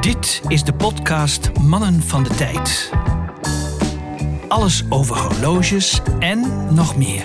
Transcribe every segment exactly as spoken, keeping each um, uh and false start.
Dit is de podcast Mannen van de Tijd. Alles over horloges en nog meer.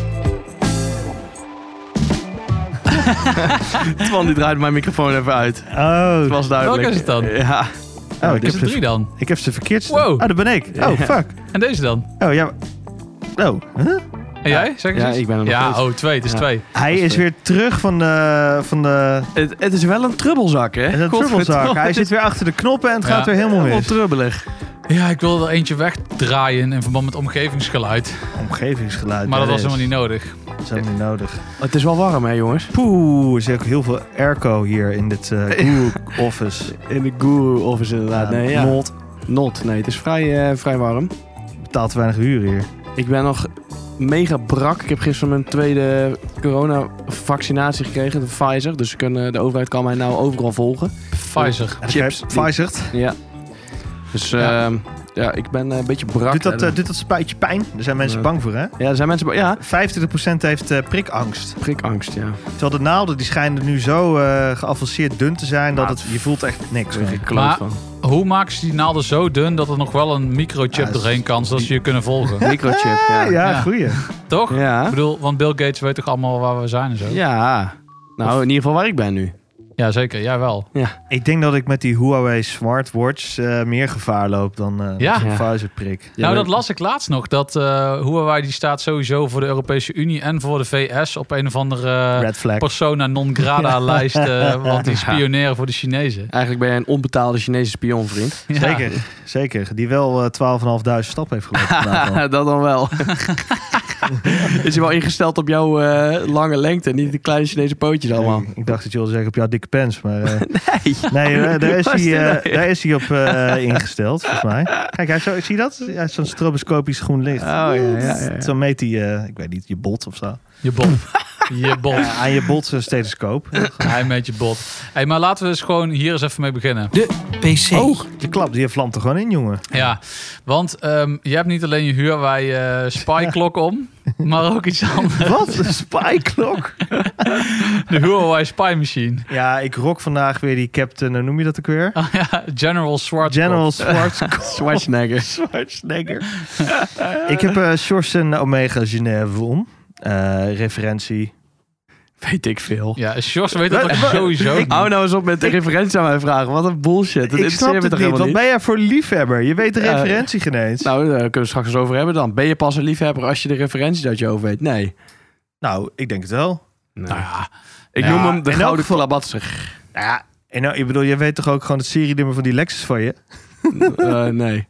Twan die draait mijn microfoon even uit. Oh, het was duidelijk. Welke is het dan? Ja. Oh, Oh, ik dit is heb er drie dan. Ik heb ze verkeerd staan. Wow. Oh, dat ben ik. Oh, fuck. En deze dan? Oh, ja. Oh, huh? En jij? Zeg eens Ja, eens. ik ben er nog Ja, steeds. oh, twee. Het is Ja. twee. Hij is weer terug van de... Van de Het, het is wel een trubbelzak, hè? het is een trubbelzak. Hij zit weer achter de knoppen en het Ja. gaat weer helemaal Helemaal mis. trubbelig. Ja, ik wilde er eentje wegdraaien in verband met omgevingsgeluid. Omgevingsgeluid. Maar dat was is- helemaal niet nodig. Dat is helemaal niet nodig. Het is wel warm, hè, jongens? Poeh, er is ook heel veel airco hier in dit uh, Guru office. In de Guru office inderdaad. Ja, nee, ja. Not. Not. Nee, het is vrij, uh, vrij warm. Betaalt te weinig huur hier. Ik ben nog mega brak. Ik heb gisteren mijn tweede corona-vaccinatie gekregen, de Pfizer. Dus kunnen, de overheid kan mij nou overal volgen. Pfizer. Chips. Pfizer. Ja. Dus Ja. ja, ja ik ben uh, een beetje brak. Doet dat, En- uh, doet dat spuitje pijn? Daar zijn mensen Ja. bang voor, hè? ja, er zijn mensen... ba- Ja, vijfentwintig procent heeft uh, prikangst. prikangst, ja. Terwijl de naalden die schijnen nu zo uh, geavanceerd dun te zijn dat Maar het, je voelt echt niks. Ik ben meer. gekloot Maar- van. Hoe maken ze die naalden zo dun dat er nog wel een microchip Ja, doorheen kan, zodat ze je kunnen volgen? Microchip, ja. Ja, ja, Ja. goeie. Toch? Ja. Ik bedoel, want Bill Gates weet toch allemaal waar we zijn en zo? Ja. Nou, in ieder geval waar ik ben nu. Ja, zeker. Jij wel. Ik denk dat ik met die Huawei smartwatch uh, meer gevaar loop dan uh, Ja. een Ja. Pfizer-prik. Ja, nou, maar- dat las ik laatst nog. Dat uh, Huawei die staat sowieso voor de Europese Unie en voor de V S op een of andere Red flag. persona non grata lijst. Uh, want die spioneren voor de Chinezen. Eigenlijk ben jij een onbetaalde Chinese spion, vriend. Ja. Zeker, zeker. Die wel uh, twaalfduizendvijfhonderd stappen heeft gelopen. vandaag al. Dat dan wel. Is hij wel ingesteld op jouw uh, lange lengte, niet de kleine Chinese pootjes allemaal. Nee, ik dacht dat je wilde zeggen op jouw dikke pens, maar uh, Nee. nee, uh, daar, is Wat is hij, uh, dit nou? daar is hij op uh, ingesteld, volgens mij. Kijk, hij zo, zie je dat? Ja, zo'n stroboscopisch groen licht. Oh, ja, ja, ja, ja. Zo meet hij, uh, ik weet niet, je bot of zo. Je bot. Je bot. Ja, aan je bot een stethoscoop. Hij met je bot. Hey, maar laten we eens gewoon hier eens even mee beginnen. De P C. Oh, die klap, die vlamt er gewoon in, jongen. Ja, want um, je hebt niet alleen je Huawei uh, spyklok om, maar ook iets anders. Wat? Een spyklok? De Huawei Spy Machine. Ja, ik rock vandaag weer die Captain, hoe noem je dat ook weer? Oh, ja, General Schwarzkopf. General Schwarz Schwarzenegger. Schwarzenegger. Ik heb uh, Sjors en Omega Genève om. Uh, referentie. Weet ik veel. Ja, Sjors weet dat Wat- toch wat- sowieso. ik- Hou nou eens op met de referentie aan mij vragen. Wat een bullshit. Dat Ik snap interesseert me het toch niet. helemaal Wat niet. ben jij voor liefhebber? Je weet de Ja. referentie geen eens. Nou, Nou, daar kunnen we straks eens over hebben dan. Ben je pas een liefhebber als je de referentie dat je over weet? Nee. nou, ik denk het wel. nee. Nou ja, Ik Ja, noem hem de in elk gouden geval- klabatser. Nou ja, en nou, ik bedoel, je weet toch ook gewoon het serienummer van die Lexus van je? uh, nee.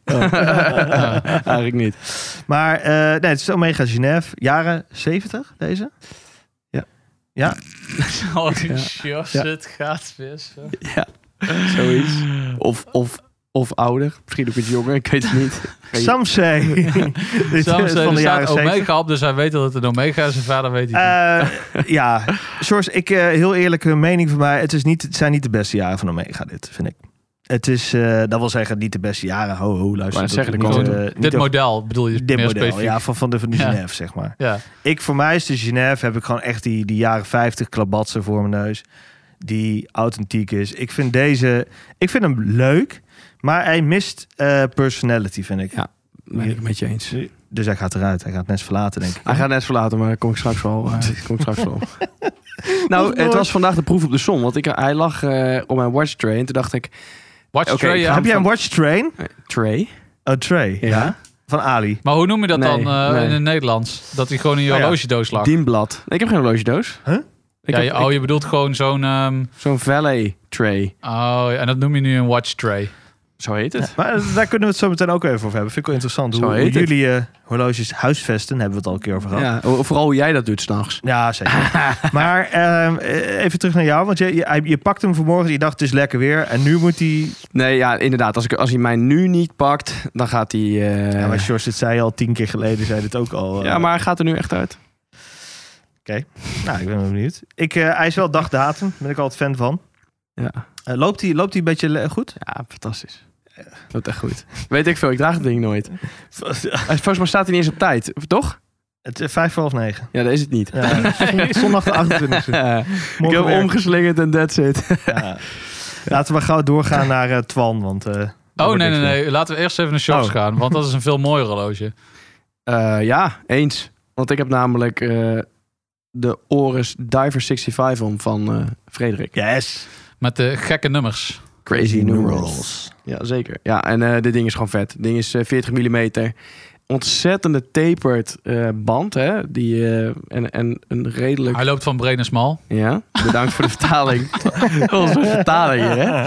Eigenlijk niet. Maar uh, nee, het is Omega Genève. Jaren zeventig, deze? Ja. Ja? oh, Ja. Sjors, Ja. het gaat weer zo. Ja, zoiets. Of, of, of ouder. Misschien ook iets jonger. Ik weet het niet. Some say. Dit Sam is zei, van er de jaren staat zeventig. Omega op, dus hij weet dat het een Omega is en verder weet hij het niet. Uh, ja, Sjors, ik, uh, heel eerlijke mening van mij. Het, is niet, het zijn niet de beste jaren van Omega, dit, vind ik. Het is, uh, dat wil zeggen, niet de beste jaren. Ho, ho, luister. Maar zeggen, niet, er komt- uh, Dit niet over- model bedoel je dit meer model, specifiek? ja, van, van de, van de Ja. Genève, zeg maar. Ja. Ik, voor mij is de Genève, heb ik gewoon echt die, die jaren vijftig klabatsen voor mijn neus. Die authentiek is. Ik vind deze, ik vind hem leuk, maar hij mist uh, personality, vind ik. Ja. Ben ik het met je eens. Dus hij gaat eruit. Hij gaat het nest verlaten, denk ik. Hij gaat net verlaten, maar daar kom ik straks wel, uh, kom ik straks wel op. Nou, Wat het mooi. was vandaag de proef op de som. Want ik, hij lag uh, op mijn watch tray. En toen dacht ik... Watch Oké, tray, ik ja. ga Heb jij een van- watch train? Uh, tray? Een tray, ja. Ja. Van Ali. Maar hoe noem je dat Nee, dan uh, nee. in het Nederlands? Dat hij gewoon in je Oh ja. horlogedoos lag? Dienblad. Nee, ik heb geen horlogedoos. Huh? Ik ja, heb, je, oh, ik- je bedoelt gewoon zo'n... Um, Zo'n valet tray. oh, ja, en dat noem je nu een watch tray. Zo heet het. Maar daar kunnen we het zo meteen ook even over hebben. Vind ik wel interessant. Zo Hoe, hoe heet het. jullie uh, horloges huisvesten, hebben we het al een keer over gehad. Ja, o- vooral hoe jij dat doet s'nachts. Ja, zeker. maar uh, even terug naar jou. Want je, je, je pakt hem vanmorgen. Je dacht, het is lekker weer. En nu moet hij... Nee, ja, inderdaad. Als, ik, als hij mij nu niet pakt, dan gaat hij... Uh... Ja, maar Sjors, dit zei je al tien keer geleden. Zei dit ook al. Uh... Ja, maar hij gaat er nu echt uit. Oké. Okay. Nou, ik ben wel benieuwd. Ik, uh, hij is wel dagdatum. Daar ben ik altijd fan van. Ja, Uh, loopt hij loopt hij een beetje le- goed? ja fantastisch. Dat is echt goed. Weet ik veel, ik draag het ding nooit. Volgens mij staat hij niet eens op tijd, toch? Het is vijf voor half negen. Ja, dat is het niet. Ja, zondag de achtentwintigste. ik heb hem omgeslingerd en that's it. Ja. Laten we gauw doorgaan naar uh, Twan, want... Uh, oh, nee, nee, nee. Laten we eerst even naar Sjors Oh. gaan, want dat is een veel mooier horloge. Uh, ja, eens. Want ik heb namelijk uh, de Oris Diver vijfenzestig om van uh, Frederik. Yes. Met de gekke nummers. Crazy numerals. Ja, zeker. Ja, en uh, dit ding is gewoon vet. Het ding is uh, veertig millimeter. Ontzettende tapered uh, band, hè? Die, uh, en, en een redelijk... Hij loopt van breed naar smal. Ja, bedankt voor de vertaling. Onze vertaling hier, hè?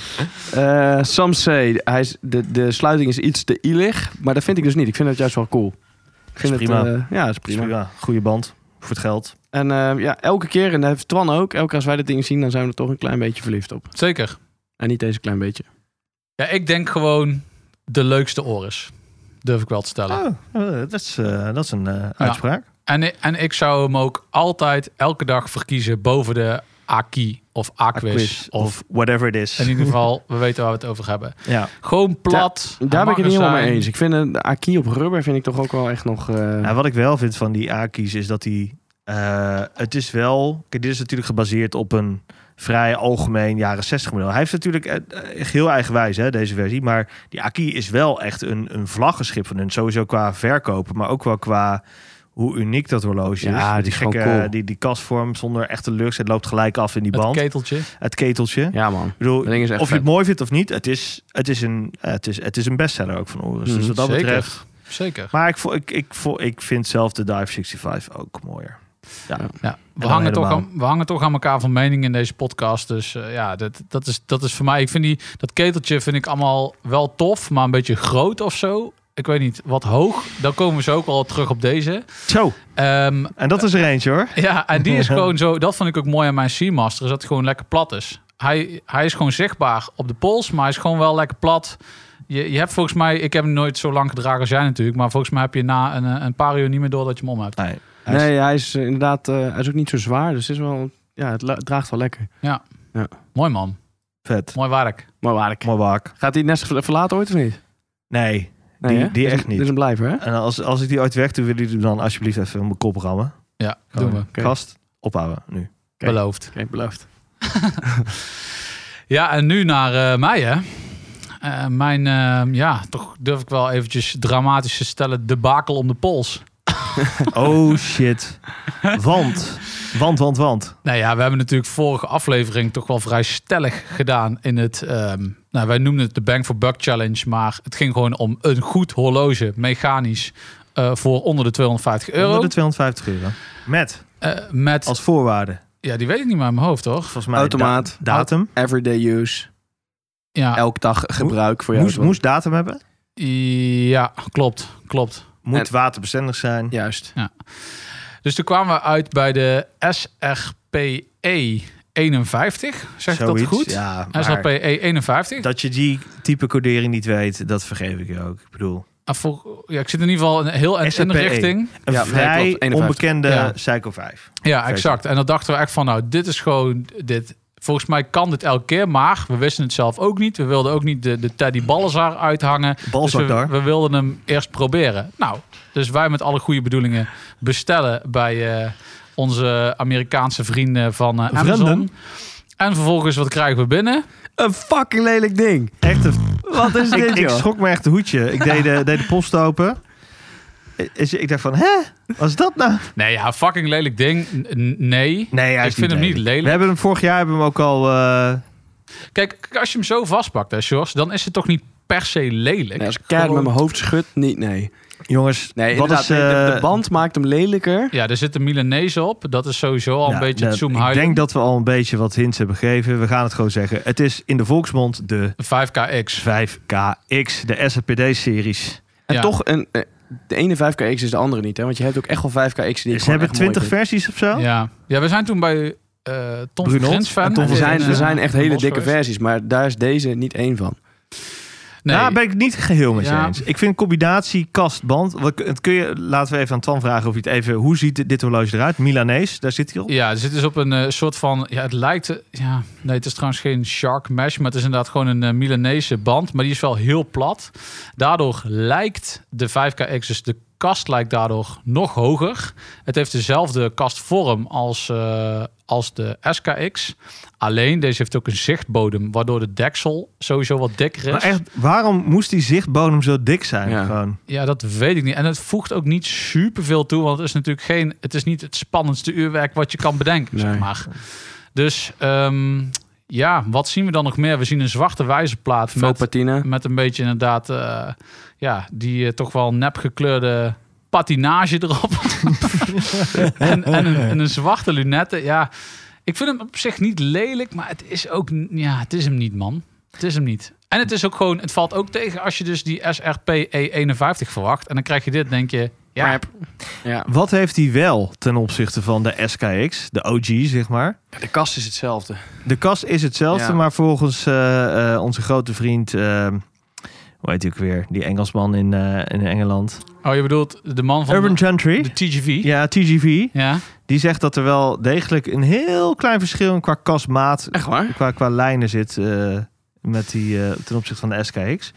Uh, some say, hij is, de, de sluiting is iets te ilig, maar dat vind ik dus niet. Ik vind het juist wel cool. Ik vind is prima. Het, uh, ja, dat is prima. prima. Goeie band voor het geld. En uh, ja, elke keer, en dat heeft Twan ook, elke keer als wij dit ding zien, dan zijn we er toch een klein beetje verliefd op. Zeker. En niet deze klein beetje. Ja, ik denk gewoon de leukste Oris. Durf ik wel te stellen. Oh, uh, dat is, uh, dat is een uh, uitspraak. En, en ik zou hem ook altijd elke dag verkiezen boven de Aki of Aquis. Aquis Of, of whatever it is. in ieder geval, we weten waar we het over hebben. Ja. Gewoon plat. Da- daar ben ik het niet helemaal mee zijn. eens. Ik vind de Aki op rubber vind ik toch ook wel echt nog... Uh... Nou, wat ik wel vind van die Aki's is dat die... Uh, het is wel... Kijk, dit is natuurlijk gebaseerd op een vrij algemeen jaren zestig model. Hij heeft natuurlijk uh, heel eigenwijs, hè, deze versie. Maar die Aki is wel echt een, een vlaggenschip van hun. Sowieso qua verkopen, maar ook wel qua hoe uniek dat horloge is. Ja, die die is gewoon gekke, cool. die, die kastvorm zonder echte lucht. Het loopt gelijk af in die Het band. keteltje. Het keteltje. Ja, man. Ik bedoel, Dat ding is echt of je het vet. mooi vindt of niet, het is, het is, een, uh, het is, het is een bestseller ook van Oris. Mm, dus wat dat zeker. betreft... Zeker. Maar ik, vo- ik, ik, vo- ik vind zelf de Dive vijfenzestig ook mooier. Ja. Ja, we, dan hangen toch helemaal. aan, we hangen toch aan elkaar van mening in deze podcast. Dus uh, ja, dat, dat, is, dat is voor mij... Ik vind die, dat keteltje vind ik allemaal wel tof, maar een beetje groot of zo. Ik weet niet, wat hoog. Dan komen we zo ook al terug op deze. Zo, Um, en dat is er eentje hoor. ja, en die is gewoon zo... Dat vond ik ook mooi aan mijn Seamaster, is dat hij gewoon lekker plat is. Hij, hij is gewoon zichtbaar op de pols, maar hij is gewoon wel lekker plat. Je, je hebt volgens mij... Ik heb hem nooit zo lang gedragen als jij natuurlijk, maar volgens mij heb je na een, een paar uur niet meer door dat je hem om hebt. Nee, hij is- Nee, hij is uh, inderdaad... Uh, hij is ook niet zo zwaar, dus het is wel... Ja, het la- draagt wel lekker. Mooi man. vet. Mooi werk. Maar waarlijk. Mooi wak. Gaat hij het nest ver- verlaten ooit of niet? Nee, Nee, die, hè? die Dit is- echt niet. Dit is een blijver, hè? En als, als ik die ooit weg doe, wil je dan alsjeblieft even op mijn kop rammen. Ja, Gewoon doen we. Oké. Kast, ophouden nu. Kijk. Beloofd. Kijk, beloofd. Ja, en nu naar uh, mij, hè. Uh, mijn, uh, ja, toch durf ik wel eventjes dramatisch te stellen, debakel om de pols. Oh shit. Want, want, want, want. Nou ja, we hebben natuurlijk vorige aflevering toch wel vrij stellig gedaan in het... Um, nou, wij noemden het de Bang for Buck Challenge, maar het ging gewoon om een goed horloge, mechanisch, uh, voor onder de tweehonderdvijftig euro. Onder de tweehonderdvijftig euro. Met, Uh, met, als voorwaarde, ja, die weet ik niet meer in mijn hoofd, hoor. volgens mij Automaat. da- datum. Everyday use. Ja, Elke dag gebruik voor jou. Moest, moest datum hebben. ja klopt, klopt. Moet En- waterbestendig zijn. Juist. Dus toen kwamen we uit bij de S R P E eenenvijftig. Zeg ik dat Zoiets. goed? Ja, S R P maar E eenenvijftig. dat je die type codering niet weet, dat vergeef ik je ook. Ik bedoel, Ah, voor, ja, ik zit in ieder geval een heel eind in de S R P E. richting. een Ja, nee, vrij klopt. eenenvijftig. onbekende Ja. Psycho vijf. Ja, exact. En dan dachten we echt van, nou, dit is gewoon... dit. Volgens mij kan dit elke keer, maar we wisten het zelf ook niet. We wilden ook niet de, de Teddy Balzaar uithangen. Balzak dus we, daar. we wilden hem eerst proberen. Nou, dus wij met alle goede bedoelingen bestellen bij uh, onze Amerikaanse vrienden van uh, Amazon. Vrienden. En vervolgens, wat krijgen we binnen? Een fucking lelijk ding. Echt een... Wat is ik, dit, ik joh? schrok me echt de hoedje. Ik deed de, deed de post open. Is- Ik dacht van, hè? Wat is dat nou? Nee, ja, fucking lelijk ding. N- nee. Nee, hij Ik is vind hem niet lelijk. We hebben hem vorig jaar hebben we hem ook al... uh, Kijk, kijk, als je hem zo vastpakt, hè, Sjors, dan is het toch niet per se lelijk. Nee, als ik keihard met Gewoon- mijn hoofd schud, niet, nee. jongens, Nee, wat inderdaad, is... de, uh, de band maakt hem lelijker. Ja, er zit een Milanese op. Dat is sowieso al een ja, beetje het nou, zoom ik denk dat we al een beetje wat hints hebben gegeven. We gaan het gewoon zeggen. Het is in de volksmond de vijf K X. vijf K X, de S R P D-series. En Ja. toch, een, eh, de ene vijf K X is de andere niet, hè? Want je hebt ook echt wel vijf K X die ik Ze gewoon hebben echt mooi twintig vind. versies of zo. Ja. ja, we zijn toen bij uh, Tom Brunot Grins fan. en Tom Er van zijn, Grins, er eh, zijn echt in hele Bos dikke geweest. versies, maar daar is deze niet één van. Nee, Nou, ben ik het niet geheel met je Ja. eens. Ik vind combinatie kast-band. Wat, het kun je, laten we even aan Twan vragen of je het even... Hoe ziet dit, dit horloge eruit? Milanees, daar zit hij op. ja, er zit dus op een uh, soort van... Ja, het lijkt... uh, Ja, nee, het is trouwens geen shark mesh, maar het is inderdaad gewoon een uh, Milanese band. Maar die is wel heel plat. Daardoor lijkt de vijf K X, dus de kast lijkt daardoor nog hoger. Het heeft dezelfde kastvorm als, uh, als de S K X. Alleen, deze heeft ook een zichtbodem, waardoor de deksel sowieso wat dikker is. Maar echt, waarom moest die zichtbodem zo dik zijn? Ja. Gewoon? Ja, dat weet ik niet. En het voegt ook niet superveel toe, want het is natuurlijk geen, het is niet het spannendste uurwerk wat je kan bedenken, Nee. zeg maar. Dus um, ja, wat zien we dan nog meer? We zien een zwarte wijzerplaat met, Faux-patine. met een beetje inderdaad, uh, ja, die uh, toch wel nep gekleurde patinage erop. en, en, een, en een zwarte lunette. Ja, ik vind hem op zich niet lelijk, maar het is ook, ja, het is hem niet, man. Het is hem niet. En het is ook gewoon, het valt ook tegen als je dus die S R P E eenenvijftig verwacht. En dan krijg je dit, denk je, ja. Ja. Wat heeft hij wel ten opzichte van de S K X, de O G, zeg maar? De kast is hetzelfde. De kast is hetzelfde, Ja. maar volgens uh, uh, onze grote vriend, uh, hoe heet hij ook weer? Die Engelsman in, uh, in Engeland. Oh, je bedoelt de man van Urban de, Gentry. de T G V? Ja, T G V. Ja. Die zegt dat er wel degelijk een heel klein verschil qua kastmaat, Echt waar? qua, qua lijnen zit uh, met die, uh, ten opzichte van de S K X.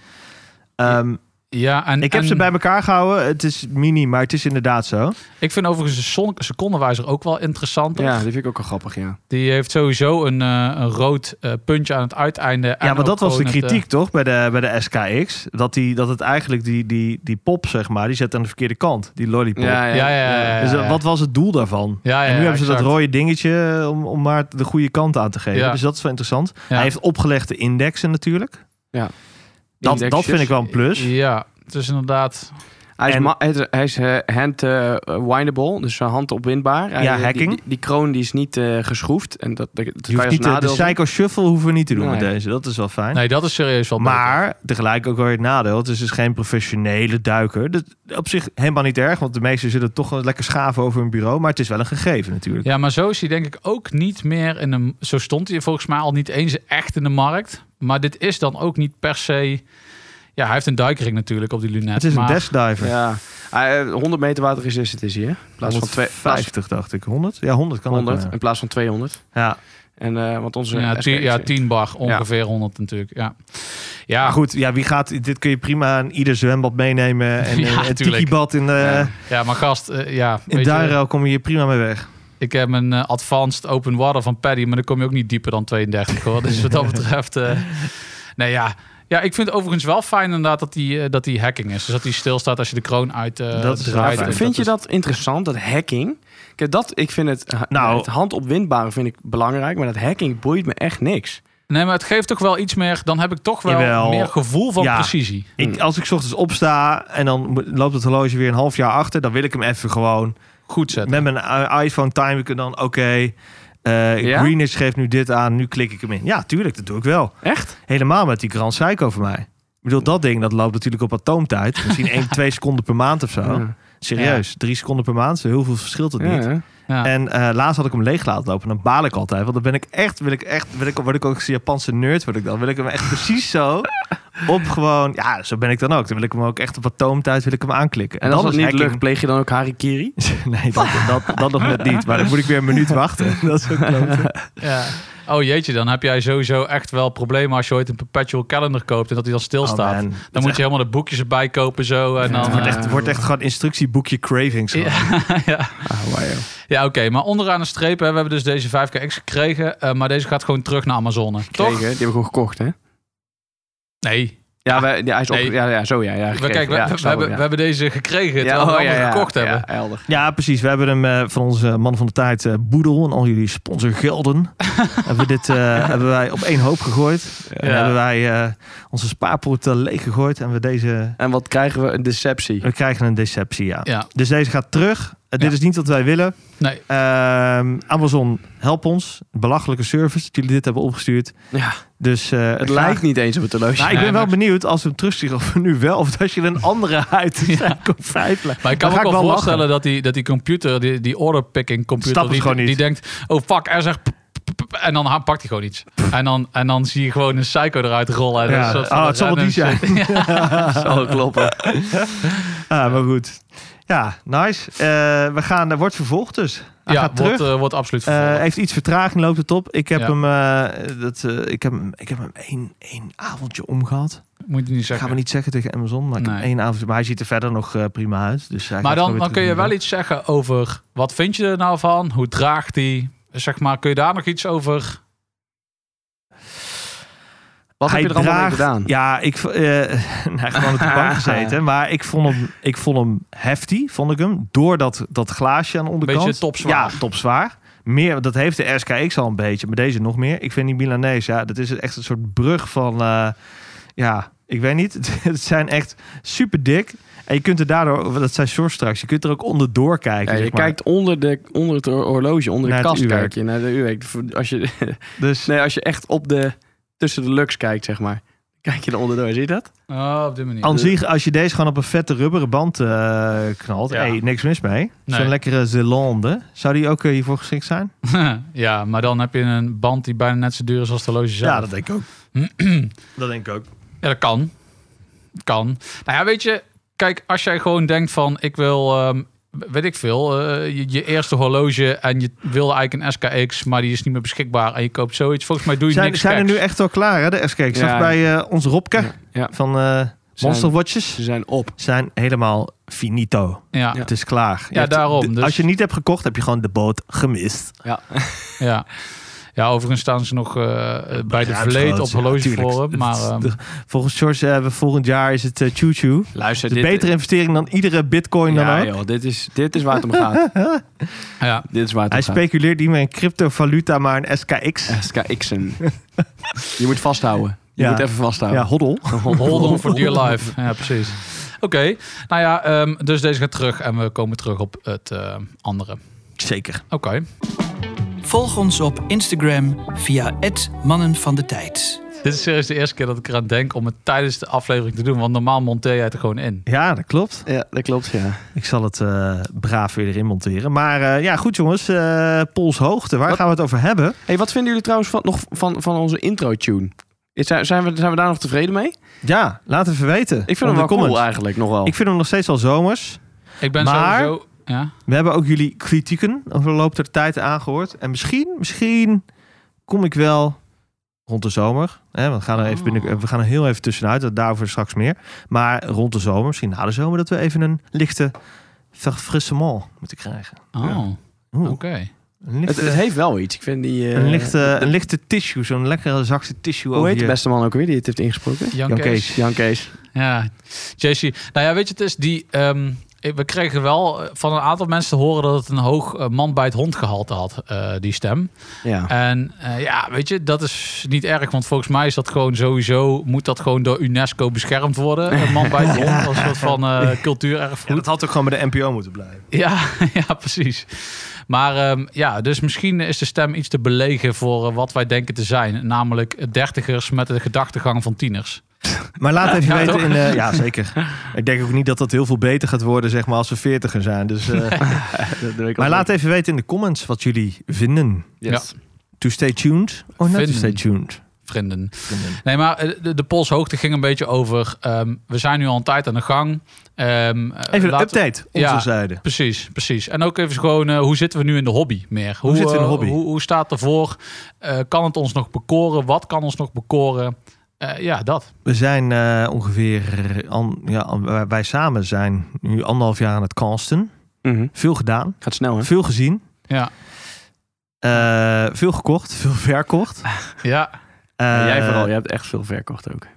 Um, Ja, en, ik heb en ze bij elkaar gehouden. Het is mini, maar het is inderdaad zo. ik vind overigens de son- secondenwijzer ook wel interessant. Ja, die vind ik ook wel grappig, ja. Die heeft sowieso een, uh, een rood uh, puntje aan het uiteinde. En Ja, maar ook dat was de gewoon kritiek het, uh, toch bij de, bij de S K X? Dat, die, dat het eigenlijk die, die, die pop, zeg maar, die zet aan de verkeerde kant. Die lollipop. Ja, ja, ja. ja, Dus ja, dat- ja. wat was het doel daarvan? Ja, ja, en nu ja, hebben ze dat exact. rode dingetje om, om maar de goede kant aan te geven. Ja. Dus dat is wel interessant. Ja. Hij heeft opgelegde indexen natuurlijk. Ja. Dat, Indexjes. dat vind ik wel een plus. Ja, het is inderdaad... Hij is, En- ma- hij is uh, hand uh, windable, dus uh, hand opwindbaar. Hij- Ja, die- hacking. Die, die kroon die is niet uh, geschroefd. En dat, dat, dat Je kan je hoeft als niet de, de nadeel zien. Psycho Shuffle hoeven we niet te doen Nee. met deze. Dat is wel fijn. Nee, dat is serieus wel beter. Maar tegelijk ook wel weer het nadeel. Het is dus geen professionele duiker. Dat op zich helemaal niet erg, want de meesten zullen toch wel lekker schaven over hun bureau. Maar het is wel een gegeven natuurlijk. Ja, maar zo is hij denk ik ook niet meer in een... Zo stond hij volgens mij al niet eens echt in de markt. Maar dit is dan ook niet per se... Ja, hij heeft een duikering natuurlijk op die lunet. Het is een maar... deskdiver. Ja. Uh, honderd meter waterresistent is hij, hè? In plaats van twee, honderdvijftig dacht ik. honderd? Ja, honderd kan ook honderd wel, ja. in plaats van tweehonderd. Ja. En uh, want onze Ja, S K X, tien, ja, tien bar, ongeveer honderd natuurlijk. Ja, ja. Maar goed, ja, wie gaat, dit kun je prima in ieder zwembad meenemen. En Ja, uh, een tuurlijk. tikibad in, uh, Ja. ja, maar gast, uh, ja, in weet je, Duinruil kom je hier prima mee weg. ik heb een uh, advanced open water van Paddy, maar dan kom je ook niet dieper dan tweeëndertig hoor. Dus wat dat betreft, uh, nee ja. Ja, ik vind het overigens wel fijn inderdaad dat die, uh, dat die hacking is. Dus dat die stilstaat als je de kroon uit uh, Dat is wel draait. fijn. Dus Vind je is- dat interessant, dat hacking? Kijk, dat, ik vind het, uh, Nou. het handopwindbare vind ik belangrijk, maar dat hacking boeit me echt niks. Nee, maar het geeft toch wel iets meer... Dan heb ik toch wel Jawel. meer gevoel van Ja. precisie. Ik, als ik 's ochtends opsta en dan mo- loopt het horloge weer een half jaar achter, dan wil ik hem even gewoon Goed zetten. met mijn i- iPhone time ik dan, oké, eh, Ja? Greenwich geeft nu dit aan, nu klik ik hem in. Ja, tuurlijk, dat doe ik wel. Echt? Helemaal met die Grand Psycho voor mij. Ik bedoel, dat ding, dat loopt natuurlijk op atoomtijd. Misschien één, twee seconden per maand of zo. Ja. Serieus, drie seconden per maand, zo heel veel verschilt het niet. Ja, Ja. En eh, laatst had ik hem leeg laten lopen. En dan baal ik altijd. Want dan ben ik echt, wil ik echt, wil ik, word ik ook een Japanse nerd, word ik dan. Wil ik hem echt precies zo op gewoon, ja, zo ben ik dan ook. Dan wil ik hem ook echt op atoomtijd, wil ik hem aanklikken. En als dan dat is niet hacking- lukt, pleeg je dan ook harikiri? Nee, dat, dat, dat nog net niet. Maar dan moet ik weer een minuut wachten. Dat is ook klote. Ja. Oh jeetje, dan heb jij sowieso echt wel problemen als je ooit een perpetual calendar koopt en dat hij dan stilstaat. Oh, man. Dan moet je helemaal de boekjes erbij kopen zo. En Ja. dan, Het wordt eh, echt, het wordt echt gewoon instructieboekje cravings. gewoon. ja, ja. Ah, wow. ja oké. Maar onderaan de streep, hè, we hebben dus deze vijf K X gekregen. eh, maar deze gaat gewoon terug naar Amazone. Toch? Kregen, die hebben we gewoon gekocht, hè? Nee. Ja, wij, ja hij is op, Nee. ja, ja, zo ja. ja We, gekregen. kijk, we, Ja, we, ik snap hebben, hem, we ja. hebben deze gekregen Ja, terwijl we oh, allemaal ja, ja, gekocht ja, hebben. Ja, helder. Ja, precies. We hebben hem eh, van onze man van de tijd, eh, Boedel, en al jullie sponsorgelden, hebben, we dit, eh, hebben wij op één hoop gegooid. En Ja. hebben wij eh, onze spaarpot uh, leeg gegooid. En we deze, En wat krijgen we? Een deceptie. we krijgen een deceptie, ja. Ja. Dus deze gaat terug. Uh, dit Ja. is niet wat wij willen. Nee. Ehm, Amazon, help ons. Belachelijke service dat jullie dit hebben opgestuurd. Ja, Dus uh, het lijkt niet eens op het horloge. Nou, ik ben Nee, wel maar- benieuwd als we hem terugsturen of we nu wel of dat je een andere uit de Ja. vijf lijkt. Maar ik kan Dan me ga ook wel lachen. voorstellen dat die, dat die computer, die, die order-picking computer, Snapt het die, gewoon niet. die denkt, oh fuck, er zegt... p- p- p- En dan ha- pakt hij gewoon iets. En dan, en dan zie je gewoon een psycho eruit rollen. En Ja. een soort van Oh, het zal wel die random shit. Ja. Zal kloppen. Ah, maar goed. Ja, nice. Uh, we gaan, er wordt vervolgd dus. Hij ja, gaat wordt, terug. uh, wordt absoluut Uh, vervolgd. heeft iets vertraging, loopt het op. Ik heb Ja. hem, uh, dat, uh, ik heb, hem- ik heb hem één, één avondje omgehad. Moet je niet zeggen. Gaan we niet zeggen tegen Amazon, maar ik Nee. heb één avondje. Maar hij ziet er verder nog uh, prima uit. Dus hij Maar gaat dan, gewoon dan weer kun je terug wel in iets zeggen over... Wat vind je er nou van? Hoe draagt hij? Zeg maar, kun je daar nog iets over... Wat hij heb je er allemaal mee draagt- gedaan? Ja, ik uh, nou, gewoon op de bank gezeten. Maar ik vond hem, ik vond hem hefty, vond ik hem. Door dat, dat glaasje aan de onderkant. Beetje topzwaar. Ja, topzwaar. Meer, dat heeft de S K X al een beetje, maar deze nog meer. Ik vind die Milanese, ja, dat is echt een soort brug van... Uh, ja, ik weet niet. Het zijn echt super dik. En je kunt er daardoor, dat zei Sjors straks, je kunt er ook onderdoor kijken. Ja, je zeg maar. kijkt onder, de, onder het horloge, onder Naar de het kast uurwerk. kijk je naar de uurwerk. Als je, Dus nee, als je echt op de, tussen de lux kijkt, zeg maar. Kijk je er onderdoor, zie je dat? Oh, op die manier. aan zich, als je deze gewoon op een vette rubberen band uh, knalt, Ja. hey, niks mis mee. Nee. Zo'n lekkere Zelande. Zou die ook uh, hiervoor geschikt zijn? Ja, maar dan heb je een band die bijna net zo duur is als de horloge zelf. Ja, dat denk ik ook. dat denk ik ook. Ja, dat kan. Kan. Nou ja, weet je, kijk, als jij gewoon denkt van, ik wil, um, weet ik veel, uh, je, je eerste horloge en je wilde eigenlijk een S K X, maar die is niet meer beschikbaar en je koopt zoiets. Volgens mij doe je Zijn, niks zijn er geks. nu echt wel klaar, hè? De S K X. Ik zag Ja. bij uh, onze Robke Ja. Ja. van uh, Monster Watches. Ze zijn op. Zijn helemaal finito. Ja, Het is klaar. Je Ja, hebt- daarom, de- dus- Als je niet hebt gekocht, heb je gewoon de boot gemist. Ja. ja. Ja, overigens staan ze nog uh, bij de ruimschoots, Vleet op ja, horlogeforum. tuurlijk. maar um, De- Volgens George hebben we volgend jaar is het uh, choo-choo. Luister, De dit, betere investering dan iedere bitcoin ja, dan ook. joh, dit is, dit is waar het om gaat. ja, Dit is waar het Hij om gaat. speculeert niet meer in cryptovaluta, maar een S K X. S K X'en. Je moet vasthouden. Je Ja. moet even vasthouden. Ja, hoddel. hold on for dear life. Ja, precies. Oké, okay. Nou ja, um, dus deze gaat terug en we komen terug op het uh, andere. Zeker. Oké. Okay. Volg ons op Instagram via het Mannen van de Tijd. Dit is serieus de eerste keer dat ik eraan denk om het tijdens de aflevering te doen. Want normaal monteer jij het er gewoon in. Ja, dat klopt. Ja, dat klopt, ja. Ik zal het uh, braaf weer erin monteren. Maar uh, ja, goed jongens. Uh, polshoogte. Waar Wat? gaan we het over hebben? Hey, wat vinden jullie trouwens van, nog van, van onze intro-tune? Is, zijn, zijn, we, zijn we daar nog tevreden mee? Ja, laat even weten. Ik vind hem wel cool eigenlijk, nog wel. Ik vind hem nog steeds al zomers. Ik ben Maar- sowieso... Ja. We hebben ook jullie kritieken over de loop der tijd aangehoord. En misschien, misschien kom ik wel rond de zomer. Hè, we, gaan er even binnen, we gaan er heel even tussenuit. Daarover straks meer. Maar rond de zomer, misschien na de zomer, dat we even een lichte verfrissement moeten krijgen. Oh, Ja. oké. Oeh, Okay. Een het, lichte, het heeft wel iets. Ik vind die... uh, een lichte, een lichte tissue. Zo'n lekkere zachte tissue hoe over heet de je... beste man ook weer die het heeft ingesproken? Jan Jan Kees. Kees. Jan Kees. Ja, J C. Nou ja, weet je, het is die... Um, we kregen wel van een aantal mensen te horen dat het een hoog uh, man bij het hond gehalte had, uh, die stem. Ja. En uh, ja, weet je, dat is niet erg, want volgens mij is dat gewoon sowieso, moet dat gewoon door UNESCO beschermd worden. Een man bij het hond, als een soort van uh, cultuurerfgoed. Ja, dat had ook gewoon bij de N P O moeten blijven. Ja, ja, precies. Maar um, ja, dus misschien is de stem iets te belegen voor uh, wat wij denken te zijn. Namelijk dertigers met de gedachtegang van tieners. Maar laat even Ja, weten toch? in de... Ja, zeker. Ik denk ook niet dat dat heel veel beter gaat worden, zeg maar, als we veertiger zijn. Dus, uh, maar laat even weten in de comments wat jullie vinden. Yes. To stay tuned or not to Vinden. stay tuned? Vrienden. Nee, maar de, de polshoogte ging een beetje over... Um, we zijn nu al een tijd aan de gang. Um, Even een laten- update, onze Ja. zijde. Precies, precies. En ook even gewoon, uh, hoe zitten we nu in de hobby meer? Hoe, zitten we in de uh, hobby? Hoe, hoe staat ervoor? Uh, kan het ons nog bekoren? Wat kan ons nog bekoren? Uh, ja, dat. We zijn uh, ongeveer... An, ja, an- wij samen zijn nu anderhalf jaar aan het casten. Mhm. Veel gedaan. Gaat snel, hè? Veel gezien. Ja. Uh, veel gekocht. Veel verkocht. Ja. Uh, Ja, jij vooral. Je hebt echt veel verkocht ook.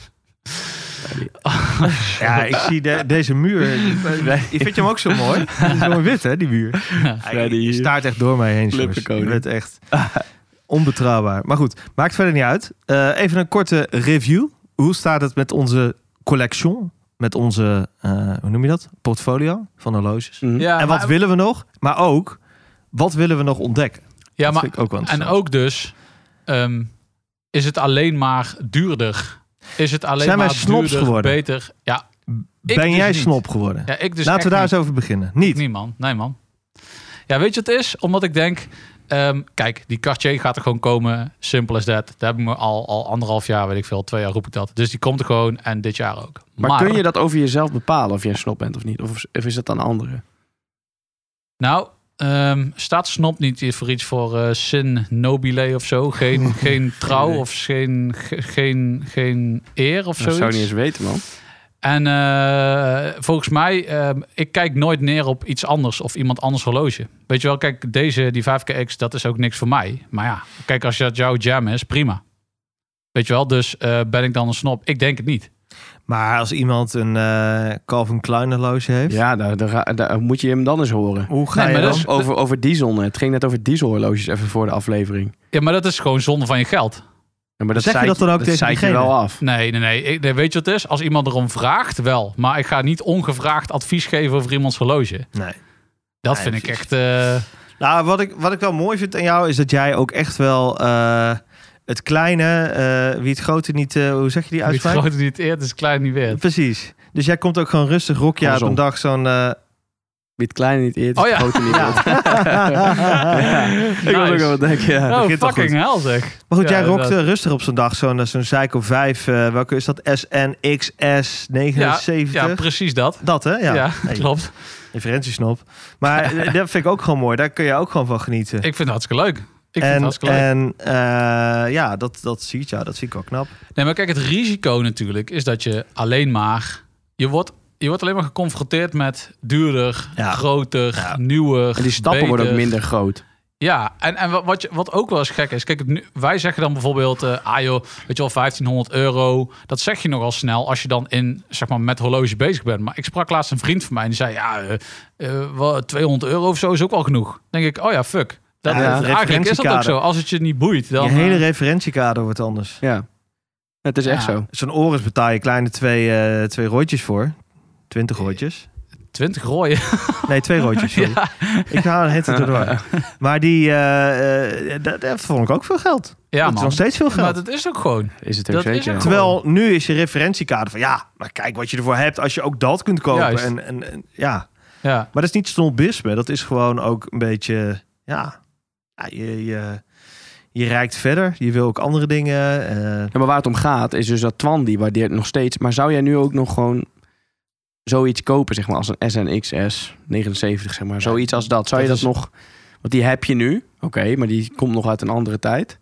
Ja, ik zie de, deze muur. Je vindt je hem ook zo mooi? Het is mooi wit, hè, die muur. Freddy. Je staart echt door mij heen, George. Je Flippenkoning. bent echt onbetrouwbaar. Maar goed, maakt verder niet uit. Uh, even een korte review. Hoe staat het met onze collection? Met onze, uh, hoe noem je dat? Portfolio van horloges. Mhm. Ja, en wat maar, willen we nog? Maar ook, wat willen we nog ontdekken? ja, dat maar vind ik ook wel en interessant. ook dus, um, is het alleen maar duurder? Is het alleen Zijn wij maar snobs duurder, geworden? beter? Ja, ik Ben dus jij niet. snop geworden? Ja, ik dus Laten we echt daar niet. eens over beginnen. Niet. Nee, man. Nee, man. Ja, weet je wat het is? Omdat ik denk... Um, kijk, die Cartier gaat er gewoon komen. Simple as that. Daar heb ik me al, al anderhalf jaar, weet ik veel, twee jaar roep ik dat. Dus die komt er gewoon en dit jaar ook. Maar, Maar, kun je dat over jezelf bepalen of jij een snop bent of niet? Of, of is dat dan anderen? Nou, Um, staat Snop niet voor iets voor uh, Sin Nobile of zo? Geen, geen trouw of geen, ge, geen, geen eer of zo? Dat zou ik niet eens weten, man. En uh, volgens mij, uh, ik kijk nooit neer op iets anders of iemand anders horloge. Weet je wel, kijk, deze, die vijf K X, dat is ook niks voor mij. Maar ja, kijk, als dat jouw jam is, prima. Weet je wel, dus uh, ben ik dan een snop? Ik denk het niet. Maar als iemand een uh, Calvin Klein horloge heeft... Ja, daar, daar, daar moet je hem dan eens horen. Hoe ga Nee, je maar dan? dat Over, over diesel net. Het ging net over dieselhorloges even voor de aflevering. Ja, maar dat is gewoon zonde van je geld. Ja, maar dat Zeg je zeik dat dan ook dat tegen zeik je diegene? wel af. Nee, nee, nee. Ik, nee. Weet je wat het is? Als iemand erom vraagt, wel. Maar ik ga niet ongevraagd advies geven over iemands horloge. Nee. Dat Nee, vind ik precies. echt... Uh... Nou, wat ik, wat ik wel mooi vind aan jou is dat jij ook echt wel uh, het kleine, uh, wie het grote niet, uh, hoe zeg je die Wie het uitspraak? grote niet eert, is klein niet weer. Precies. Dus jij komt ook gewoon rustig rokje uit op een Andersom. dag zo'n... Uh... Wie het kleine niet eert, Oh het ja. grote niet eert. Ja. Ik was ook wel wat denken, ja. Oh, begint al fucking goed. hell zeg. Maar goed, Ja, jij rokt inderdaad. uh, rustig op zo'n dag zo'n, uh, zo'n Seiko vijf, uh, welke is dat? S N X S negenenzeventig? Ja, precies dat. Dat hè? Ja, Ja, Nee, klopt. referentiesnop. Maar uh, dat vind ik ook gewoon mooi. Daar kun je ook gewoon van genieten. Ik vind het hartstikke leuk. Ik vind het en hartstikke leuk. en uh, ja, dat, dat ziet ja, dat zie ik wel knap. Nee, maar kijk, het risico natuurlijk is dat je alleen maar... Je wordt, je wordt alleen maar geconfronteerd met duurder, Ja. groter, Ja. nieuwer, En die stappen worden ook beter. minder groot. Ja, en, en wat, wat, je, wat ook wel eens gek is... Kijk, het nu, wij zeggen dan bijvoorbeeld... Uh, ah joh, weet je wel, vijftienhonderd euro. Dat zeg je nogal snel als je dan in, zeg maar, met horloge bezig bent. Maar ik sprak laatst een vriend van mij en die zei... Ja, uh, uh, wel, tweehonderd euro of zo is ook wel genoeg. Dan denk ik, oh ja, fuck. Dat, Ja, uh, het eigenlijk is dat ook referentiekader. zo. Als het je niet boeit, dan... je hele uh, referentiekader wordt anders. Ja, het is echt Ja. zo. Zo'n Oris betaal je kleine twee, uh, twee rooitjes voor. Twintig rooitjes. twintig rooien. Nee, twee rooitjes, sorry. Ja. Ik haal het er door. Maar die, uh, uh, dat, dat vond ik ook veel geld. Ja, dat is man. nog steeds veel Maar geld. dat is ook gewoon. Is het ook Dat is zeker. ook ja. Terwijl nu is je referentiekader van ja, maar kijk wat je ervoor hebt als je ook dat kunt kopen. Juist. En, en, en ja, Ja. maar dat is niet snobisme. Dat is gewoon ook een beetje, ja, ja je, je, je reikt verder. Je wil ook andere dingen. Uh, Ja, maar waar het om gaat is dus dat Twan die waardeert nog steeds. Maar zou jij nu ook nog gewoon zoiets kopen, zeg maar, als een S N X S negenenzeventig, zeg maar. Zoiets als dat. Zou je dat dat is- nog... Want die heb je nu. Oké, maar die komt nog uit een andere tijd.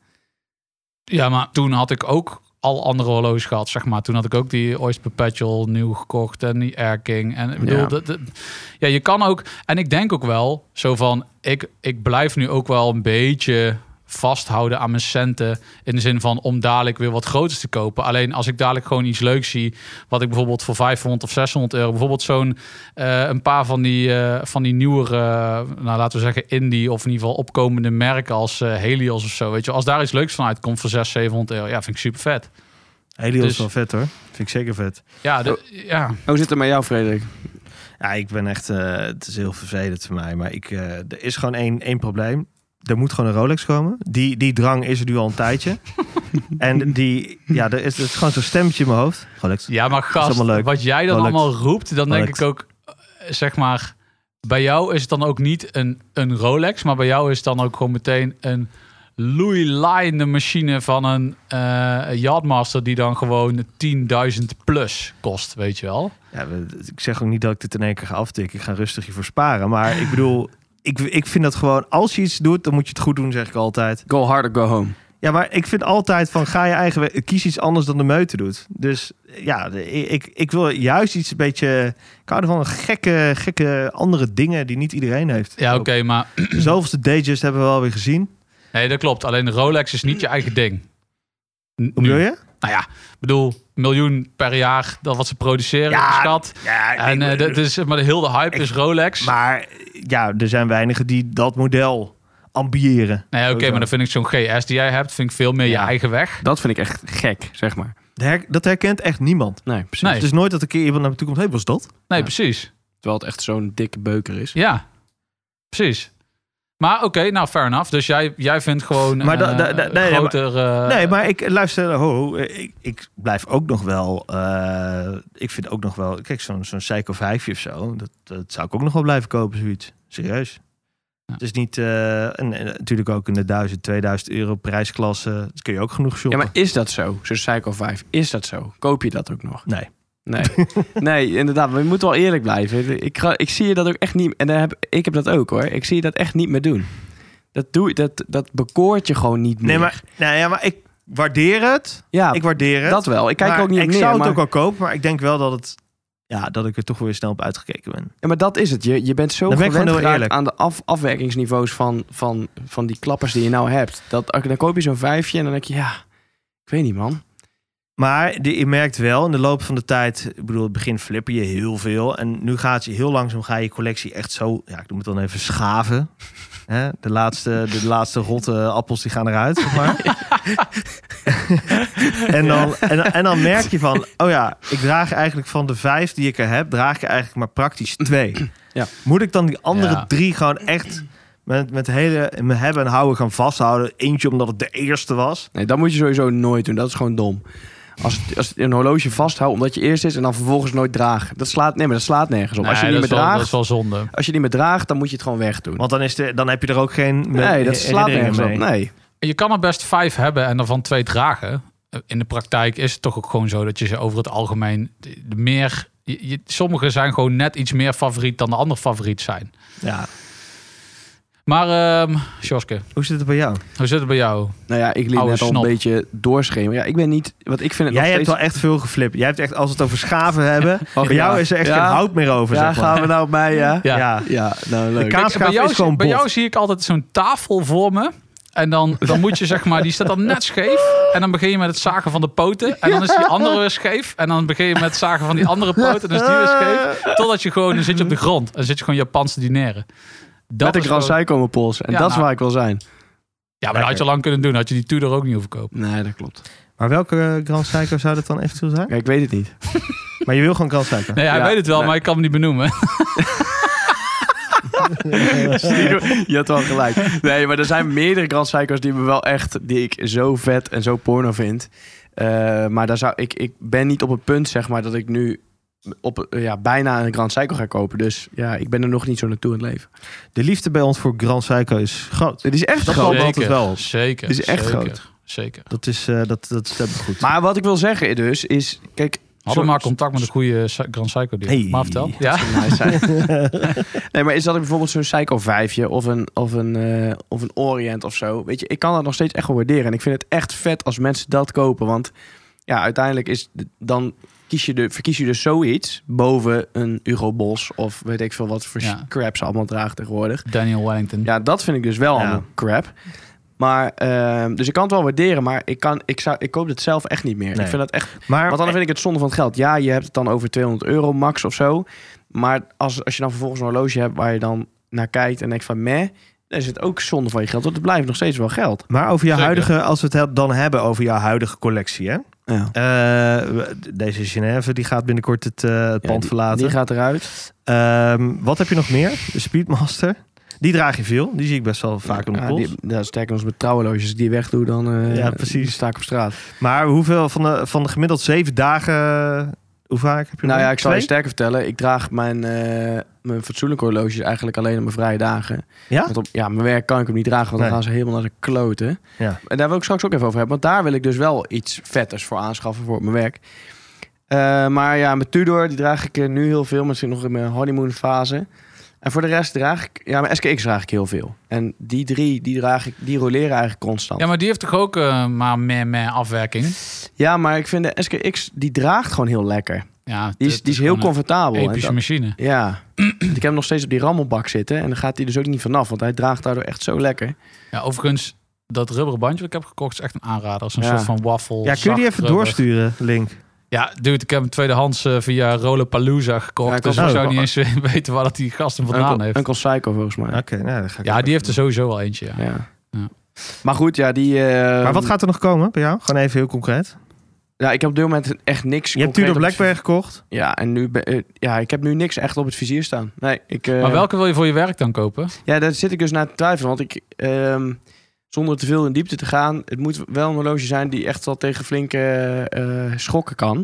Ja, maar toen had ik ook al andere horloges gehad, zeg maar. Toen had ik ook die Oyster Perpetual nieuw gekocht en die Air King. En ik bedoel, Ja. dat, dat- ja, je kan ook... En ik denk ook wel zo van... Ik, ik blijf nu ook wel een beetje vasthouden aan mijn centen. In de zin van om dadelijk weer wat groters te kopen. Alleen als ik dadelijk gewoon iets leuks zie... wat ik bijvoorbeeld voor vijfhonderd of zeshonderd euro... bijvoorbeeld zo'n uh, een paar van die, uh, van die nieuwere... Uh, nou, laten we zeggen indie... of in ieder geval opkomende merken als uh, Helios of zo. Weet je, als daar iets leuks van uitkomt voor zeshonderd, zevenhonderd euro... ja, vind ik super vet. Helios Dus- is wel vet hoor. Vind ik zeker vet. Ja, de, ja. Hoe zit het met jou, Frederik? Ja, ik ben echt, uh, het is heel vervelend voor mij. Maar ik, uh, er is gewoon één, één probleem. Er moet gewoon een Rolex komen. Die, die drang is er nu al een tijdje. En die, ja, er is, er is gewoon zo'n stemmetje in mijn hoofd. Rolex. Ja, maar is gast, allemaal leuk. wat jij dan Rolex. allemaal roept, dan denk Rolex. ik ook, eh, zeg maar, bij jou is het dan ook niet een, een Rolex, maar bij jou is het dan ook gewoon meteen een loeilaaiende machine van een uh, Yachtmaster die dan gewoon tienduizend plus kost, weet je wel? Ja, we- ik zeg ook niet dat ik dit in één keer ga aftikken. Ik ga rustig hiervoor sparen. Maar ik bedoel, ik, ik vind dat gewoon, als je iets doet, dan moet je het goed doen, zeg ik altijd. Go hard or go home. Ja, maar ik vind altijd van, ga je eigen weg, kies iets anders dan de meute doet. Dus ja, de- ik, ik wil juist iets een beetje, ik hou ervan gekke, gekke andere dingen die niet iedereen heeft. Ja, oké, maar De zoveelste Datejust hebben we wel weer gezien. nee, dat klopt. Alleen de Rolex is niet je eigen ding. N- Hoe nu. bedoel je? Nou ja, ik bedoel, miljoen per jaar, dat wat ze produceren, Ja, schat. Ja, En uh, dat is, maar de hele hype Ik- is Rolex. maar ja, er zijn weinigen die dat model ambiëren. Nee, oké, Sowieso. maar dan vind ik zo'n G S die jij hebt, vind ik veel meer je Ja. eigen weg. Dat vind ik echt gek, zeg maar. Her- dat herkent echt niemand. Nee, precies. Nee. Het is nooit dat een keer iemand naar me toe komt. Hé, hey, was dat? Nee, Ja. precies. Terwijl het echt zo'n dikke beuker is. Ja, precies. Maar oké, nou fair enough. Dus jij, jij vindt gewoon Maar da- eh, da- da- nee, groter... eh, Nee, maar ik luister, ho, ho, ik, ik blijf ook nog wel, uh, ik vind ook nog wel, kijk, zo'n zo'n Seiko vijfje of zo, dat, dat zou ik ook nog wel blijven kopen, zoiets. Serieus. Ja. Het is niet, uh, en, en natuurlijk ook in de duizend, tweeduizend euro prijsklasse, dat kun je ook genoeg Ja, shoppen. maar is dat zo? Zo'n Psycho vijf, is dat zo? Koop je dat ook nog? Nee. Nee, nee, inderdaad. Maar je moet wel eerlijk blijven. Ik, ga, ik zie je dat ook echt niet... En dan heb, ik heb dat ook hoor. Ik zie je dat echt niet meer doen. Dat, doe, dat, dat bekoort je gewoon niet meer. Nee, maar, nou ja, maar ik waardeer het. Ja, ik waardeer het. dat wel. Ik kijk maar er ook niet ik op neer. zou het maar, ook al kopen, maar ik denk wel dat het... Ja, dat ik er toch weer snel op uitgekeken ben. ja, maar dat is het. Je, je bent zo Dan ben ik gewend gewoon heel geraakt eerlijk. aan de af, afwerkingsniveaus van, van, van die klappers die je nou hebt. Dat, dan koop je zo'n vijfje en dan denk je... Ja, ik weet niet man. Maar die, je merkt wel in de loop van de tijd... Ik bedoel, het begin flipper je heel veel. En nu gaat je heel langzaam ga je collectie echt zo... Ja, ik noem het dan even schaven. Hè? De, laatste, de laatste rotte appels die gaan eruit, zeg maar. en, dan, en, en dan merk je van... Oh ja, ik draag eigenlijk van de vijf die ik er heb... draag ik eigenlijk maar praktisch twee. Ja. Moet ik dan die andere Ja. drie gewoon echt... Met, met hele met hebben en houden gaan vasthouden? Eentje omdat het de eerste was. Nee, dat moet je sowieso nooit doen. Dat is gewoon dom. Als het, als het een horloge vasthoudt omdat je eerst is... en dan vervolgens nooit draagt. Dat slaat, nee, maar dat slaat nergens op. Nee, als je niet dat, meer is wel, draagt, dat is wel zonde. als je niet meer draagt, dan moet je het gewoon wegdoen. Want dan, is de, dan heb je er ook geen... Nee, dat slaat nergens op. mee. Nee. Je kan er best vijf hebben en ervan twee dragen. In de praktijk is het toch ook gewoon zo dat je ze over het algemeen de, de meer... Je, je, sommige zijn gewoon net iets meer favoriet dan de andere favoriet zijn. Ja. Maar, um, Sjoske, Hoe zit het bij jou? hoe zit het bij jou? Nou ja, ik liet Oude net al snop. een beetje doorschemeren. Ja, ik ben niet... Want ik vind het Jij nog hebt steeds... wel echt veel geflipt. Jij hebt echt, als we het over schaven hebben... Och, bij ja. jou is er echt Ja. geen hout meer over, Ja, zeg maar. gaan we nou op mij, ja? Ja. Ja. Ja, nou leuk. De kaas- Kijk, bij, jou, is gewoon bij bot. jou zie ik altijd zo'n tafel voor me. En dan, dan moet je zeg maar, die staat dan net scheef. En dan begin je met het zagen van de poten. En dan is die andere weer scheef. En dan begin je met het zagen van die andere poten. En dan is die weer scheef. Totdat je gewoon, dan zit je op de grond. En dan zit je gewoon Japans te dineren. Dat Met een is Grand gewoon- Seiko op mijn pols. En Ja, dat is nou. waar ik wil zijn. Ja, maar dat had je lang kunnen doen. Had je die Tudor ook niet hoeven kopen. Nee, dat klopt. Maar welke Grand Seiko zou dat dan eventueel zijn? Ja, ik weet het niet. Maar je wil gewoon Grand Seiko. Nee, hij Ja, weet het wel, nee. maar ik kan hem niet benoemen. Je had wel gelijk. Nee, maar er zijn meerdere Grand Seiko's die me wel echt... die ik zo vet en zo porno vind. Uh, maar daar zou, ik, ik ben niet op het punt, zeg maar, dat ik nu... op uh, ja, bijna een Grand Seiko ga kopen. Dus ja, ik ben er nog niet zo naartoe in het leven. De liefde bij ons voor Grand Seiko is groot. Het is echt Dat groot. valt altijd wel op. Zeker. Het is echt zeker, groot. Zeker. Dat is, uh, dat, dat stemt goed. Maar wat ik wil zeggen dus, is... Kijk, Hadden we zo- maar contact met een goede Sy- Grand Seiko dealer. Hey. Maar vertel. Ja? Nice zijn. Nee, maar is dat ik bijvoorbeeld zo'n Seiko vijfje of een, of, een, uh, of een Orient of zo? Weet je, ik kan dat nog steeds echt wel waarderen. En ik vind het echt vet als mensen dat kopen. Want ja, uiteindelijk is de- dan kies je de, verkies je dus zoiets boven een Hugo Boss of weet ik veel wat voor Ja. crap ze allemaal dragen tegenwoordig. Daniel Wellington. Ja, dat vind ik dus wel Ja. allemaal crap. Maar, uh, dus ik kan het wel waarderen, maar ik, kan, ik, zou, ik koop het zelf echt niet meer. Nee. Ik vind dat echt... Maar Want dan vind ik het zonde van het geld. Ja, je hebt het dan over tweehonderd euro max of zo. Maar als, als je dan vervolgens een horloge hebt waar je dan naar kijkt en denkt van meh, dan is het ook zonde van je geld. Want het blijft nog steeds wel geld. Maar over jouw Zeker. huidige, als we het he- dan hebben over jouw huidige collectie, hè? Ja. Uh, deze Genève die gaat binnenkort het, uh, het Ja, pand die, verlaten. Die gaat eruit. Um, wat heb je nog meer? De Speedmaster. Die draag je veel. Die zie ik best wel vaak op de Ja, pols. die, ja, sterker nog met trouwhorloges. Als ik die wegdoe, dan uh, Ja, precies. sta ik op straat. Maar hoeveel van de, van de gemiddeld zeven dagen... Hoe vaak heb je Nou nog? ja, ik zal je Twee? sterker vertellen. Ik draag mijn, uh, mijn fatsoenlijke horloges eigenlijk alleen op mijn vrije dagen. Ja? Want op ja, mijn werk kan ik hem niet dragen, want Nee. dan gaan ze helemaal naar de kloten. Ja. En daar wil ik straks ook even over hebben. Want daar wil ik dus wel iets vetters voor aanschaffen voor op mijn werk. Uh, maar ja, mijn Tudor, die draag ik uh, nu heel veel. Misschien nog in mijn honeymoon fase. En voor de rest draag ik... Ja, mijn S K X draag ik heel veel. En die drie, die draag ik, die roleren eigenlijk constant. Ja, maar die heeft toch ook uh, maar meer, meer afwerking? Ja, maar ik vind de S K X, die draagt gewoon heel lekker. Ja, Die is, het die is heel gewoon een comfortabel. En epische dat- machine. ja, ik heb hem nog steeds op die rammelbak zitten. En dan gaat hij dus ook niet vanaf. Want hij draagt daardoor echt zo lekker. Ja, overigens, dat rubberen bandje wat ik heb gekocht is echt een aanrader. Als een Ja. soort van waffel. Ja, kun je zacht die even rubber. doorsturen, Link? Ja, dude, ik heb hem tweedehands uh, via Rolapalooza gekocht. Ja, ik dus was- ik zou oh. niet eens weten waar dat die gast hem vandaan Uncle, heeft. Uncle Psycho volgens mij. Oké, okay, nou, dan ga ik Ja, ook die heeft er even sowieso wel eentje, ja. Ja. Ja. Maar goed, ja, die... uh, doen. Maar wat gaat er nog komen bij jou? Gewoon even heel concreet. Ja, ik heb op dit moment echt niks. Je hebt concreet Tudor op het Blackberry gekocht. vi- Ja, en nu... ben- uh, ja, ik heb nu niks echt op het vizier staan. Nee, ik... uh, Maar welke wil je voor je werk dan kopen? Ja, daar zit ik dus naar te twijfelen. Want ik... Um, zonder te veel in diepte te gaan... Het moet wel een horloge zijn die echt wel tegen flinke uh, schokken kan.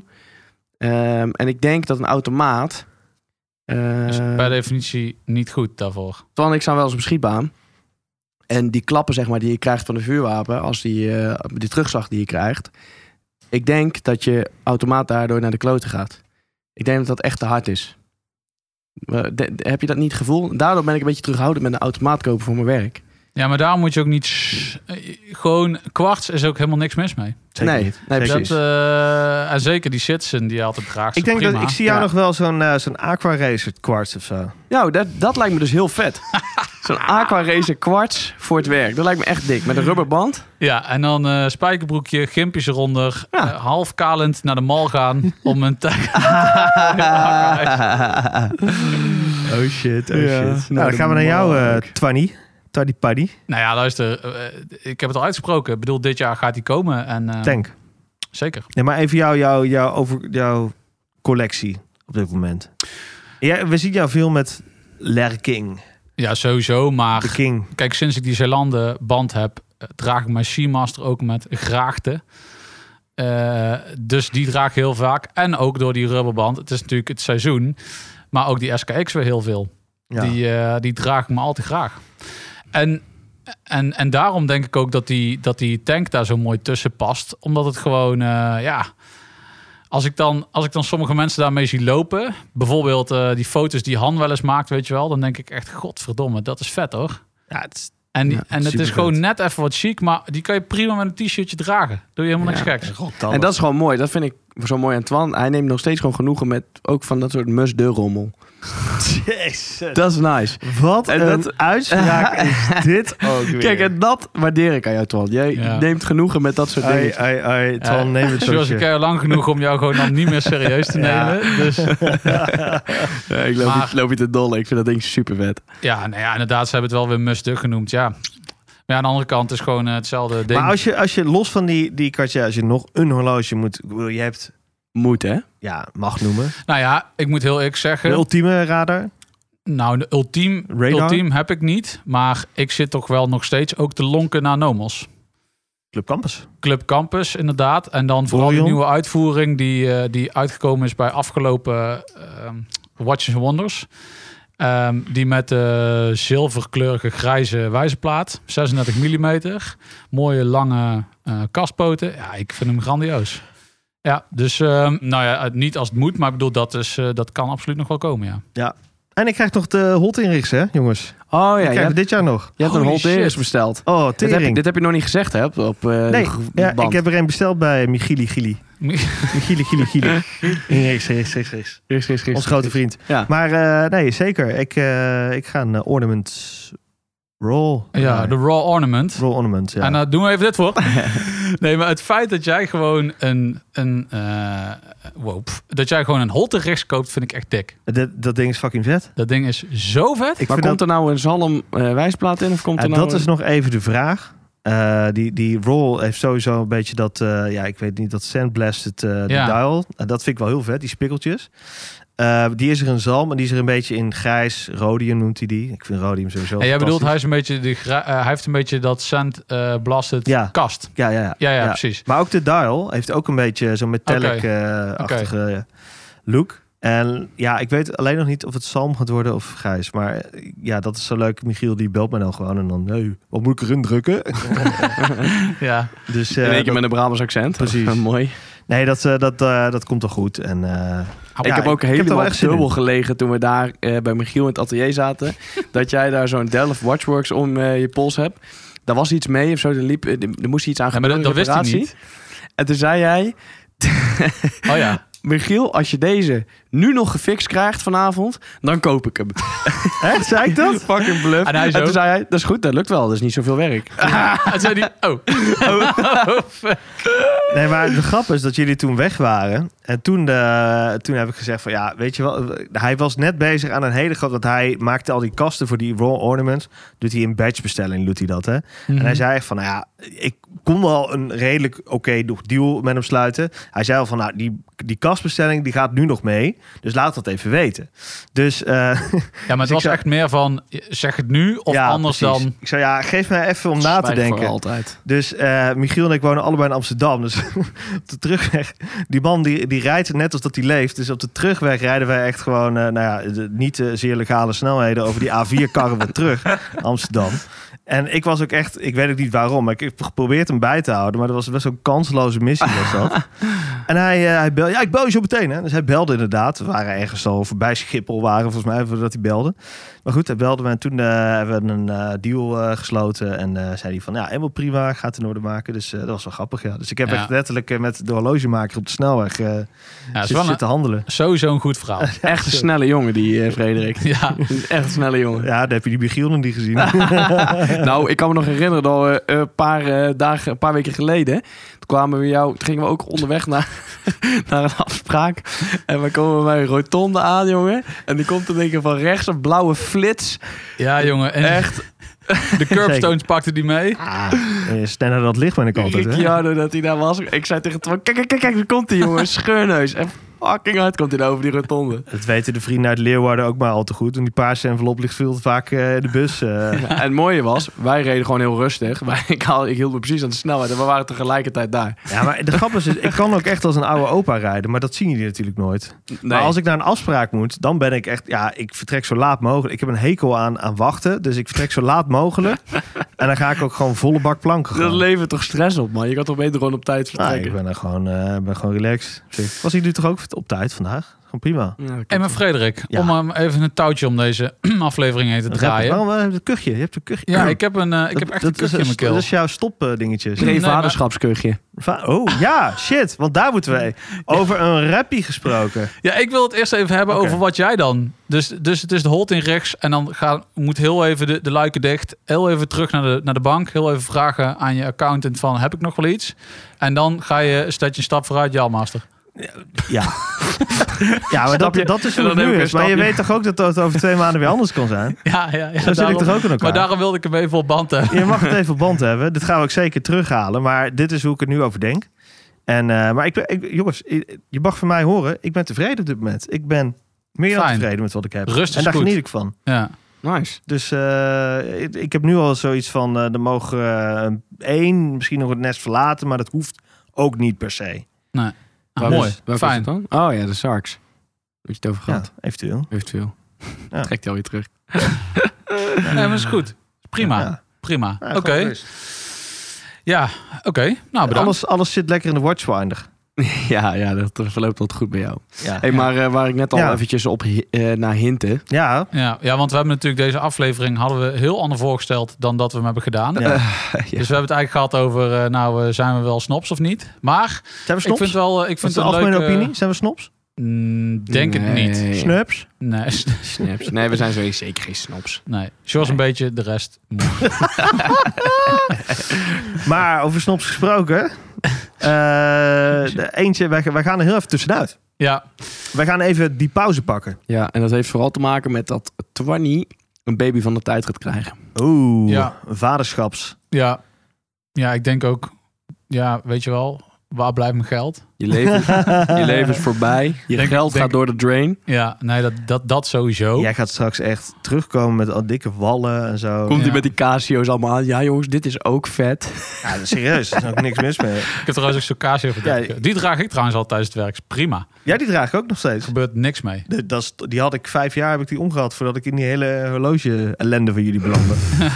Um, en ik denk dat een automaat... Uh, Dus per definitie niet goed daarvoor. Twan, ik sta wel eens op schietbaan. En die klappen, zeg maar, die je krijgt van de vuurwapen... als die, uh, die terugslag die je krijgt... Ik denk dat je automaat daardoor naar de kloten gaat. Ik denk dat dat echt te hard is. De, de, heb je dat niet gevoel? Daardoor ben ik een beetje terughoudend met een automaat kopen voor mijn werk. Ja, maar daar moet je ook niet... s- eh, Gewoon kwarts is ook helemaal niks mis mee. Zeker nee, niet. nee, Zeker precies. Dat, eh, en zeker die Citizen die je altijd draagt. Ik denk prima. dat ik zie jou Ja. nog wel zo'n eh, zo'n Aqua Racer kwarts of zo. Nou, dat, dat lijkt me dus heel vet. Zo'n Aqua Racer kwarts voor het werk. Dat lijkt me echt dik. Met een rubberband. Ja, en dan eh spijkerbroekje, gimpjes eronder. Ja. eh, half kalend naar de mall gaan om een tag. Oh shit, oh Ja. shit. Nou, Nou, dan gaan we naar jou, eh leuk. Twanny. Twaddy Paddy. Nou ja, luister. eh, ik heb het al uitgesproken. Ik bedoel, dit jaar gaat hij komen. En, eh, Tank. Zeker. Nee, maar even jou, jou, jou, over jouw collectie op dit moment. Ja, we zien jou veel met Lerking. Ja, sowieso. De Maar King. kijk, sinds ik die Zeelanden band heb, eh, draag ik mijn Seamaster ook met graagte. Eh, dus die draag ik heel vaak. En ook door die rubberband. Het is natuurlijk het seizoen. Maar ook die S K X weer heel veel. Ja. Die, eh, die draag ik me altijd graag. En, en, en daarom denk ik ook dat die, dat die tank daar zo mooi tussen past. Omdat het gewoon, eh, ja... Als ik, dan, als ik dan sommige mensen daarmee zie lopen... bijvoorbeeld eh, die foto's die Han wel eens maakt, weet je wel... dan denk ik echt, godverdomme, dat is vet hoor. Ja, het is En, die, Ja, en het is supervet. gewoon net even wat chic... maar die kan je prima met een t-shirtje dragen. Doe je helemaal niks Ja. geks. En dat is gewoon mooi. Dat vind ik zo mooi aan Twan. Hij neemt nog steeds gewoon genoegen met ook van dat soort mus-de-rommel. Jezus. Dat is nice. Wat En een dat- uitspraak is dit ook weer. Kijk, en dat waardeer ik aan jou, Twan. Jij Ja. neemt genoegen met dat soort Ai, dingen. ai, ai. Twan, Ja, neem het Zoals zo. ik ken je lang genoeg om jou gewoon dan niet meer serieus te Ja. nemen. Dus Ja, ik loop, Maar- niet, loop niet te dolle. Ik vind dat ding super vet. ja, nou ja, inderdaad, ze hebben het wel weer must genoemd. Ja. Maar ja, aan de andere kant is gewoon eh, hetzelfde ding. Maar als je, als je los van die, die Cartier, als je nog een horloge moet... ik bedoel, je hebt, Moet, hè? ja, mag noemen. Nou ja, ik moet heel eerlijk De zeggen... ultieme radar. Nou, de ultiem, Radar? ultiem heb ik niet. Maar ik zit toch wel nog steeds ook te lonken naar Nomos. Club Campus. Club Campus, inderdaad. En dan vooral de Orion? nieuwe uitvoering die, eh, die uitgekomen is bij afgelopen ehm, Watches and Wonders. Ehm, die met de zilverkleurige grijze wijzerplaat. zesendertig millimeter. Mooie lange eh kastpoten. Ja, ik vind hem grandioos. Ja, dus ehm, nou ja, het- niet als het moet. Maar ik bedoel, dat, is, eh, dat kan absoluut nog wel komen, ja. En ik krijg nog de Hot Inrichs, hè, jongens. Oh Ja, ja, ik je krijg hebt, dit jaar nog. je hebt een Holy Holteris shit. besteld. Oh, Dit heb, je, tering. dit heb je nog niet gezegd, hè? Op, op eh, Nee, de g- ja, band. ik heb er een besteld bij Michili Gili. Michili Gili Gili. Inrichs, Inrichs, Inrichs. Gis, gis, gis, Ons grote gis. vriend. Ja. Maar eh, nee, zeker. Ik, eh, ik ga een eh, ornament roll. Ja, de Raw Ornament. roll ornament. Ja. En dan doen we even dit voor. Nee, maar het feit dat jij gewoon een... een eh, wow, pff, dat jij gewoon een Holterichs koopt, vind ik echt dik. dat, dat ding is fucking vet. Dat ding is zo vet. Ik Maar vind komt er nou een zalm eh, wijsplaat in? Of komt Ja, er nou dat een- is nog even de vraag. Eh, die, die roll heeft sowieso een beetje dat, eh, ja, ik weet niet, dat sandblasted eh Ja. de dial. En dat vind ik wel heel vet, die spikkeltjes. Eh, die is er een zalm en die is er een beetje in grijs. Rhodium noemt hij die. Ik vind rhodium sowieso En jij bedoelt, hij, fantastisch. is een beetje de gra- eh, hij heeft een beetje dat sand eh, blasted Ja. kast. Ja, ja, ja. Ja, ja, Ja. precies. Maar ook de dial heeft ook een beetje zo'n metallic-achtige look. En ja, ik weet alleen nog niet of het zalm gaat worden of grijs. Maar eh, ja, dat is zo leuk. Michiel die belt mij dan gewoon en dan, hey, wat moet ik erin drukken? Ja. Dus, in eh, één keer dat- met een Brabants accent. Precies. Mooi. nee, dat, eh, dat, eh, dat komt wel goed. En, eh, ik ja, heb ook ik heb er wel helemaal echt zin in. dubbel gelegen toen we daar eh, bij Michiel in het atelier zaten. dat jij daar zo'n Delft Watchworks om eh, je pols hebt. Daar was iets mee of zo. Er, liep, er, er moest iets aan Ja, maar dat, gebeuren. dat wist hij reparatie. niet. En toen zei jij... Oh ja. Michiel, als je deze nu nog gefixt krijgt vanavond, dan koop ik hem. Echt, zei ik dat? Fucking bluff. En hij zo? toen zei hij, dat is goed, dat lukt wel. Dat is niet zoveel werk. En zei hij, oh. Nee, maar de grap is dat jullie toen weg waren. En toen, de, toen heb ik gezegd van ja, weet je wel, hij was net bezig aan een hele grote, want hij maakte al die kasten voor die raw ornaments. Doet hij in batchbestelling, doet hij dat, hè? En hij zei echt van, nou ja, ik kon wel een redelijk oké deal met hem sluiten. Hij zei al van, nou, die, die kastbestelling die gaat nu nog mee. Dus laat dat even weten. Dus eh, Ja, maar het ik was zou- echt meer van, zeg het nu of ja, anders precies. dan... Ik zei, ja, geef mij even om na te Spijt voor denken. altijd. Dus eh, Michiel en ik wonen allebei in Amsterdam. Dus op de terugweg, die man die, die rijdt net als dat hij leeft. Dus op de terugweg rijden wij echt gewoon, eh, nou ja, de niet eh, zeer legale snelheden over die A vier karren we terug naar Amsterdam. En ik was ook echt, ik weet ook niet waarom, maar ik heb geprobeerd hem bij te houden. Maar dat was best wel een kansloze missie was dat. En hij, uh, hij belde, ja, ik bel je zo meteen. Hè? Dus hij belde inderdaad. We waren ergens al voorbij Schiphol, waren volgens mij, voordat hij belde. Maar goed, hij belde me en toen uh, hebben we een uh, deal uh, gesloten. En uh, zei hij van, ja, helemaal prima, gaat in orde maken. Dus uh, dat was wel grappig, ja. Dus ik heb Ja. echt letterlijk uh, met de horlogemaker op de snelweg uh, Ja, is zit, wel een- zitten handelen. Sowieso een goed verhaal. Echt een snelle jongen, die uh, Frederik. Ja. Echt een snelle jongen. Ja, daar heb je die Michiel nog niet gezien. Nou, ik kan me nog herinneren dat we uh, een paar uh, dagen, een paar weken geleden, toen kwamen we jou, toen gingen we ook onderweg naar, naar een afspraak. En we komen bij een rotonde aan, jongen. En die komt er denk ik van rechts een blauwe flits. Ja, jongen. En Echt. de curbstones pakte die mee. Ah, sneller dan het licht ben ik altijd. Hè? Ricciardo dat hij daar was. Ik zei tegen Twan, kijk, kijk, kijk, kijk, daar komt die jongen, scheurneus. En fucking hard komt hij daar over die rotonde. Dat weten de vrienden uit Leeuwarden ook maar al te goed. En die paarse envelop ligt veel te vaak uh, in de bus. Uh. Ja, en het mooie was, wij reden gewoon heel rustig. Wij, ik, haal, ik hield me precies aan de snelheid en we waren tegelijkertijd daar. Ja, maar de grap is, ik kan ook echt als een oude opa rijden. Maar dat zien jullie natuurlijk nooit. Nee. Maar als ik naar een afspraak moet, dan ben ik echt... Ja, ik vertrek zo laat mogelijk. Ik heb een hekel aan, aan wachten. Dus ik vertrek zo laat mogelijk. En dan ga ik ook gewoon volle bak planken Dat gaan. levert toch stress op, man? Je kan toch beter gewoon op tijd Ah, vertrekken? ik ben er gewoon, uh, ben gewoon relaxed. Was ik nu toch ook op tijd vandaag? Gewoon prima. Ja, dat En maar Frederik, Ja. om hem even een touwtje om deze aflevering heen te draaien. Waarom uh, het kuchje? Je hebt een kuchje. Ja, ik heb, een, uh, ik heb Dat- echt een dat is- kuchje in mijn keel. Dat is jouw stopdingetjes. Geen Nee, maar- vaderschapskuchje. Va- Oh, ja, shit. Want daar moeten we... Over een rappie gesproken. Ja, ik wil het eerst even hebben Oké. over wat jij dan. Dus, dus het is de holt in rechts en dan gaan, moet heel even de, de luiken dicht. Heel even terug naar de, naar de bank. Heel even vragen aan je accountant van, heb ik nog wel iets? En dan ga je, zet je een stap vooruit, ja, master. Ja. Ja, maar dat, Stap je- dat is en hoe dan het nu neem ik is. een Maar je stapje. weet toch ook dat het over twee maanden weer anders kan zijn? Ja, ja, ja. Zo zit daarom- ik toch ook in elkaar? Maar daarom wilde ik hem even op band hebben. Je mag het even op band hebben. Dit gaan we ook zeker terughalen. Maar dit is hoe ik er nu over denk. En, uh, maar ik ben, ik, jongens, je mag van mij horen. Ik ben tevreden op dit moment. Ik ben meer dan Fijn. tevreden met wat ik heb. Rust is en daar goed. geniet ik van. Ja. Nice. Dus uh, ik, ik heb nu al zoiets van... Uh, er mogen uh, één misschien nog het nest verlaten. Maar dat hoeft ook niet per se. Nee. Ah, Waar mooi, is- welke fijn. is het dan? Oh ja, de Sarks. Heb je het over Ja, gehad? eventueel. Eventueel. Ja. Trekt hij alweer terug. Nee, maar is goed. Prima, Ja. prima. Ja, Oké. gewoon rust. Ja, oké. Nou, bedankt. Alles, alles zit lekker in de watchfinder. ja, ja, dat verloopt altijd goed bij jou. Ja. Hey, maar uh, waar ik net al Ja. eventjes op hi- uh, naar hinten. Ja, Ja, ja, want we hebben natuurlijk deze aflevering hadden we heel anders voorgesteld dan dat we hem hebben gedaan. Ja. Ja. Dus we hebben het eigenlijk gehad over, uh, nou, uh, zijn we wel snops of niet? Maar zijn we ik snops? vind wel, uh, ik Wat vind is de het een algemene leuke... opinie? Zijn we snops? Mm, denk het Nee. niet. Snups? Nee, Snaps. Nee, we zijn zo zeker geen snops. nee. Zoals een beetje, de rest. Maar over snops gesproken. eh, de eentje, wij, wij gaan er heel even tussenuit. Ja, Wij gaan even die pauze pakken. Ja, en dat heeft vooral te maken met dat Twanny een baby van de tijd gaat krijgen. Oeh, Ja. vaderschaps. ja. Ja, ik denk ook, ja, weet je wel, waar blijft mijn geld? Je leven, je leven is voorbij. Je Denk- geld denk- gaat door de drain. Ja, nee, dat, dat, dat sowieso. Jij gaat straks echt terugkomen met al dikke wallen en zo. Komt hij Ja. met die Casio's allemaal aan. Ja jongens, dit is ook vet. Ja, serieus, er is ook niks mis mee. Ik heb trouwens ook zo'n Casio verdedigd. Ja, Die draag ik trouwens al tijdens het werk. Is prima. Ja, die draag ik ook nog Er steeds. gebeurt niks mee. De- dat is, die had ik vijf jaar heb ik die omgehad voordat ik in die hele horloge ellende van jullie belandde.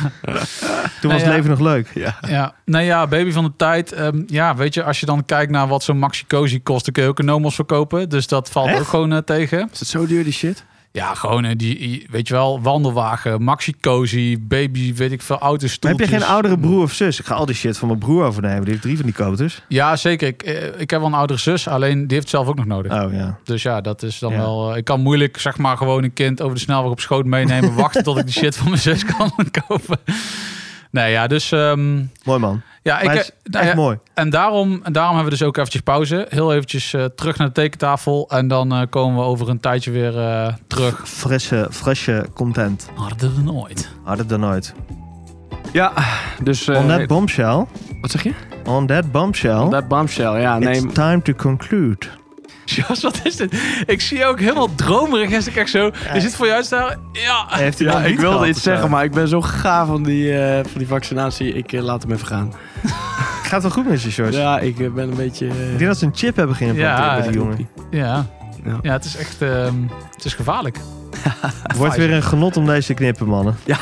Toen was ja. het leven nog leuk. Ja. Ja, nou ja, baby van de tijd. Ehm, ja, weet je, als je dan kijkt naar wat zo'n Maxi Cosi kost, dan kun je ook een Nomos verkopen. Dus dat valt Echt? ook gewoon uh, tegen. Is het zo duur die shit? Ja, gewoon uh, die, die, weet je wel, wandelwagen, Maxi Cosi, baby, weet ik veel, Maar autostoeltjes. heb je geen oudere broer of zus? Ik ga al die shit van mijn broer overnemen. Die heeft drie van die koters. Ja, zeker. Ik, eh, ik heb wel een oudere zus, alleen die heeft het zelf ook nog nodig. Oh ja. Dus ja, dat is dan Ja. wel... uh, ik kan moeilijk, zeg maar, gewoon een kind over de snelweg op schoot meenemen, wachten tot ik die shit van mijn zus kan kopen. Nee, ja, dus... ehm, Mooi man. ja, ik, Maar het is nou echt ja, mooi. En daarom, en daarom hebben we dus ook eventjes pauze. Heel eventjes uh, terug naar de tekentafel. En dan uh, komen we over een tijdje weer uh, terug. Frisse, frisse content. Harder dan ooit. Harder dan ooit. Ja, dus... uh, On that bombshell. wat zeg je? On that bombshell. On that bombshell, ja. Nee, It's time to conclude. Jos, wat is dit? Ik zie je ook helemaal dromerig. Als ik echt zo... Je zit voor je uitstaan. Ja. Heeft hij ja, dan ik niet wilde gehad iets of zo? zeggen, maar ik ben zo gaaf van die, uh, van die vaccinatie. Ik uh, laat hem even gaan. Gaat wel goed met je, George. Ja, ik uh, ben een beetje... Uh, Ik denk dat ze een chip hebben geïmplanteerd Ja, met die ja. jongen. Ja. Ja. Ja, het is echt... ehm, het is gevaarlijk. Het wordt weer een genot om deze te knippen, mannen. Ja.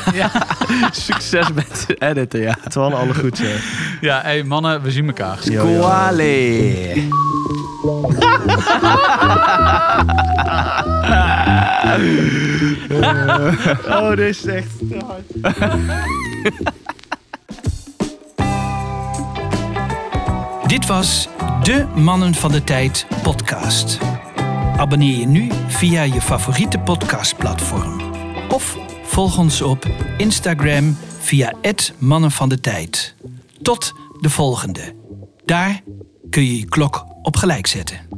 Succes met het editen, ja. Het zal alle goed zijn. Ja, hey mannen, we zien elkaar. Yo, yo. Squale. Oh, dit is echt te hard. Dit was de Mannen van de Tijd podcast. Abonneer je nu via je favoriete podcastplatform. Of volg ons op Instagram via het Mannen van de Tijd. Tot de volgende. Daar kun je je klok op gelijk zetten.